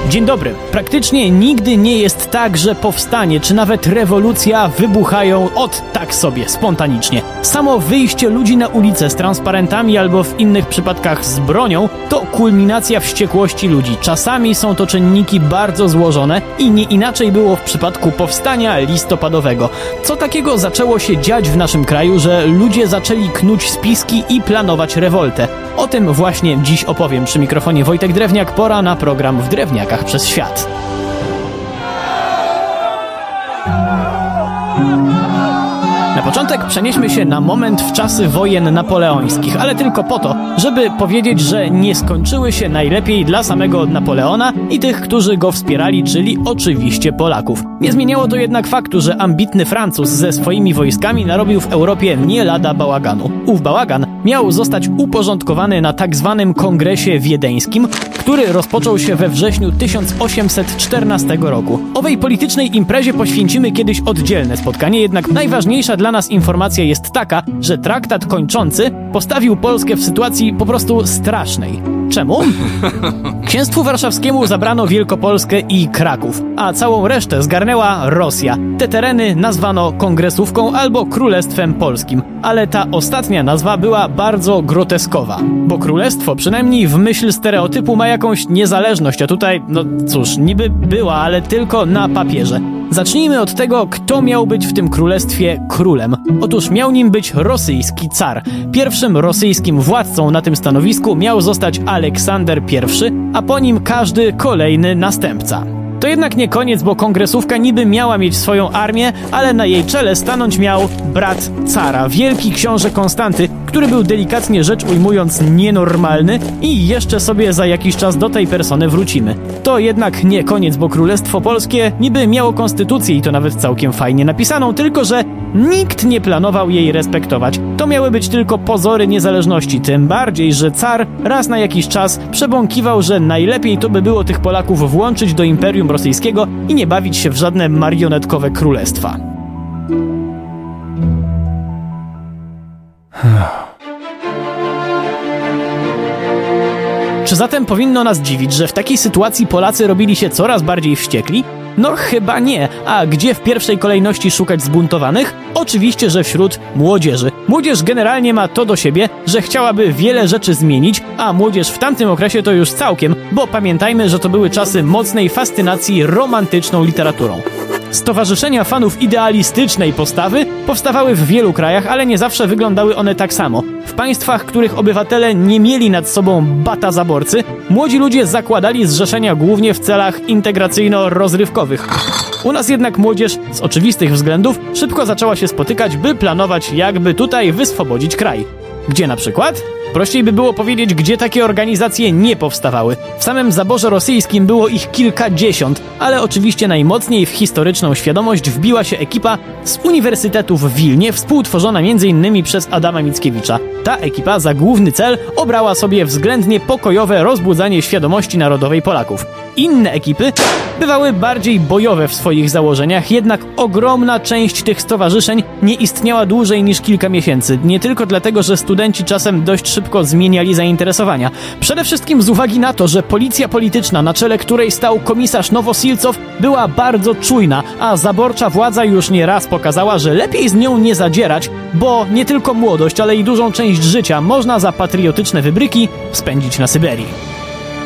Dzień dobry. Praktycznie nigdy nie jest tak, że powstanie czy nawet rewolucja wybuchają tak sobie, spontanicznie. Samo wyjście ludzi na ulicę z transparentami albo w innych przypadkach z bronią to kulminacja wściekłości ludzi. Czasami są to czynniki bardzo złożone i nie inaczej było w przypadku powstania listopadowego. Co takiego zaczęło się dziać w naszym kraju, że ludzie zaczęli knuć spiski i planować rewoltę? O tym właśnie dziś opowiem. Przy mikrofonie Wojtek Drewniak, pora na program W Drewniakach przez świat. Na początek przenieśmy się na moment w czasy wojen napoleońskich, ale tylko po to, żeby powiedzieć, że nie skończyły się najlepiej dla samego Napoleona i tych, którzy go wspierali, czyli oczywiście Polaków. Nie zmieniało to jednak faktu, że ambitny Francuz ze swoimi wojskami narobił w Europie nie lada bałaganu. Ów bałagan miał zostać uporządkowany na tak zwanym Kongresie Wiedeńskim, który rozpoczął się we wrześniu 1814 roku. Owej politycznej imprezie poświęcimy kiedyś oddzielne spotkanie, jednak najważniejsza dla nas informacja jest taka, że traktat kończący postawił Polskę w sytuacji po prostu strasznej. Czemu? Księstwu Warszawskiemu zabrano Wielkopolskę i Kraków, a całą resztę zgarnęła Rosja. Te tereny nazwano Kongresówką albo Królestwem Polskim, ale ta ostatnia nazwa była bardzo groteskowa, bo królestwo przynajmniej w myśl stereotypu ma jakąś niezależność, a tutaj, no cóż, niby była, ale tylko na papierze. Zacznijmy od tego, kto miał być w tym królestwie królem. Otóż miał nim być rosyjski car. Pierwszym rosyjskim władcą na tym stanowisku miał zostać Aleksander I, a po nim każdy kolejny następca. To jednak nie koniec, bo kongresówka niby miała mieć swoją armię, ale na jej czele stanąć miał brat cara, wielki książę Konstanty, który był delikatnie rzecz ujmując nienormalny i jeszcze sobie za jakiś czas do tej persony wrócimy. To jednak nie koniec, bo Królestwo Polskie niby miało konstytucję i to nawet całkiem fajnie napisaną, tylko że nikt nie planował jej respektować. To miały być tylko pozory niezależności, tym bardziej, że car raz na jakiś czas przebąkiwał, że najlepiej to by było tych Polaków włączyć do Imperium Rosyjskiego i nie bawić się w żadne marionetkowe królestwa. Czy zatem powinno nas dziwić, że w takiej sytuacji Polacy robili się coraz bardziej wściekli? No chyba nie. A gdzie w pierwszej kolejności szukać zbuntowanych? Oczywiście, że wśród młodzieży. Młodzież generalnie ma to do siebie, że chciałaby wiele rzeczy zmienić, a młodzież w tamtym okresie to już całkiem, bo pamiętajmy, że to były czasy mocnej fascynacji romantyczną literaturą. Stowarzyszenia fanów idealistycznej postawy powstawały w wielu krajach, ale nie zawsze wyglądały one tak samo. W państwach, których obywatele nie mieli nad sobą bata zaborcy, młodzi ludzie zakładali zrzeszenia głównie w celach integracyjno-rozrywkowych. U nas jednak młodzież z oczywistych względów szybko zaczęła się spotykać, by planować, jakby tutaj wyswobodzić kraj. Gdzie na przykład? Prościej by było powiedzieć, gdzie takie organizacje nie powstawały. W samym zaborze rosyjskim było ich kilkadziesiąt, ale oczywiście najmocniej w historyczną świadomość wbiła się ekipa z Uniwersytetu w Wilnie, współtworzona m.in. przez Adama Mickiewicza. Ta ekipa za główny cel obrała sobie względnie pokojowe rozbudzanie świadomości narodowej Polaków. Inne ekipy bywały bardziej bojowe w swoich założeniach, jednak ogromna część tych stowarzyszeń nie istniała dłużej niż kilka miesięcy. Nie tylko dlatego, że studenci czasem dość szybko zmieniali zainteresowania. Przede wszystkim z uwagi na to, że policja polityczna, na czele której stał komisarz Nowosilcow, była bardzo czujna, a zaborcza władza już nie raz pokazała, że lepiej z nią nie zadzierać, bo nie tylko młodość, ale i dużą część życia można za patriotyczne wybryki spędzić na Syberii.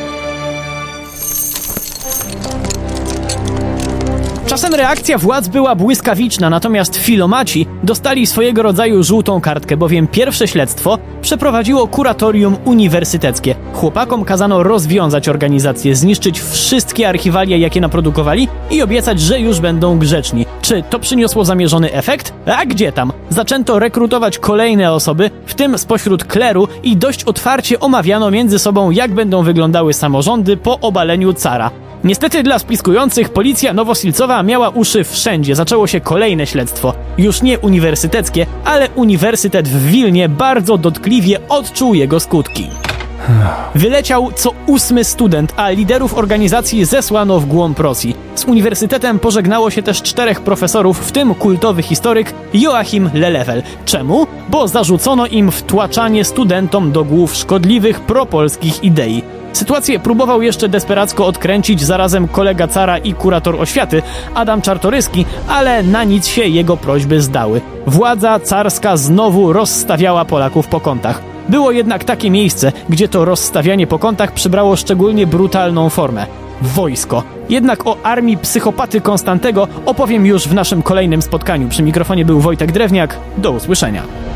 Czasem reakcja władz była błyskawiczna, natomiast filomaci dostali swojego rodzaju żółtą kartkę, bowiem pierwsze śledztwo przeprowadziło kuratorium uniwersyteckie. Chłopakom kazano rozwiązać organizację, zniszczyć wszystkie archiwalia, jakie naprodukowali i obiecać, że już będą grzeczni. Czy to przyniosło zamierzony efekt? A gdzie tam? Zaczęto rekrutować kolejne osoby, w tym spośród kleru, i dość otwarcie omawiano między sobą, jak będą wyglądały samorządy po obaleniu cara. Niestety dla spiskujących policja Nowosilcowa miała uszy wszędzie. Zaczęło się kolejne śledztwo. Już nie uniwersyteckie, ale Uniwersytet w Wilnie bardzo dotkliwie odczuł jego skutki. Wyleciał co 8 student, a liderów organizacji zesłano w głąb Rosji. Z uniwersytetem pożegnało się też 4 profesorów, w tym kultowy historyk Joachim Lelewel. Czemu? Bo zarzucono im wtłaczanie studentom do głów szkodliwych propolskich idei. Sytuację próbował jeszcze desperacko odkręcić zarazem kolega cara i kurator oświaty, Adam Czartoryski, ale na nic się jego prośby zdały. Władza carska znowu rozstawiała Polaków po kątach. Było jednak takie miejsce, gdzie to rozstawianie po kątach przybrało szczególnie brutalną formę. Wojsko. Jednak o armii psychopaty Konstantego opowiem już w naszym kolejnym spotkaniu. Przy mikrofonie był Wojtek Drewniak. Do usłyszenia.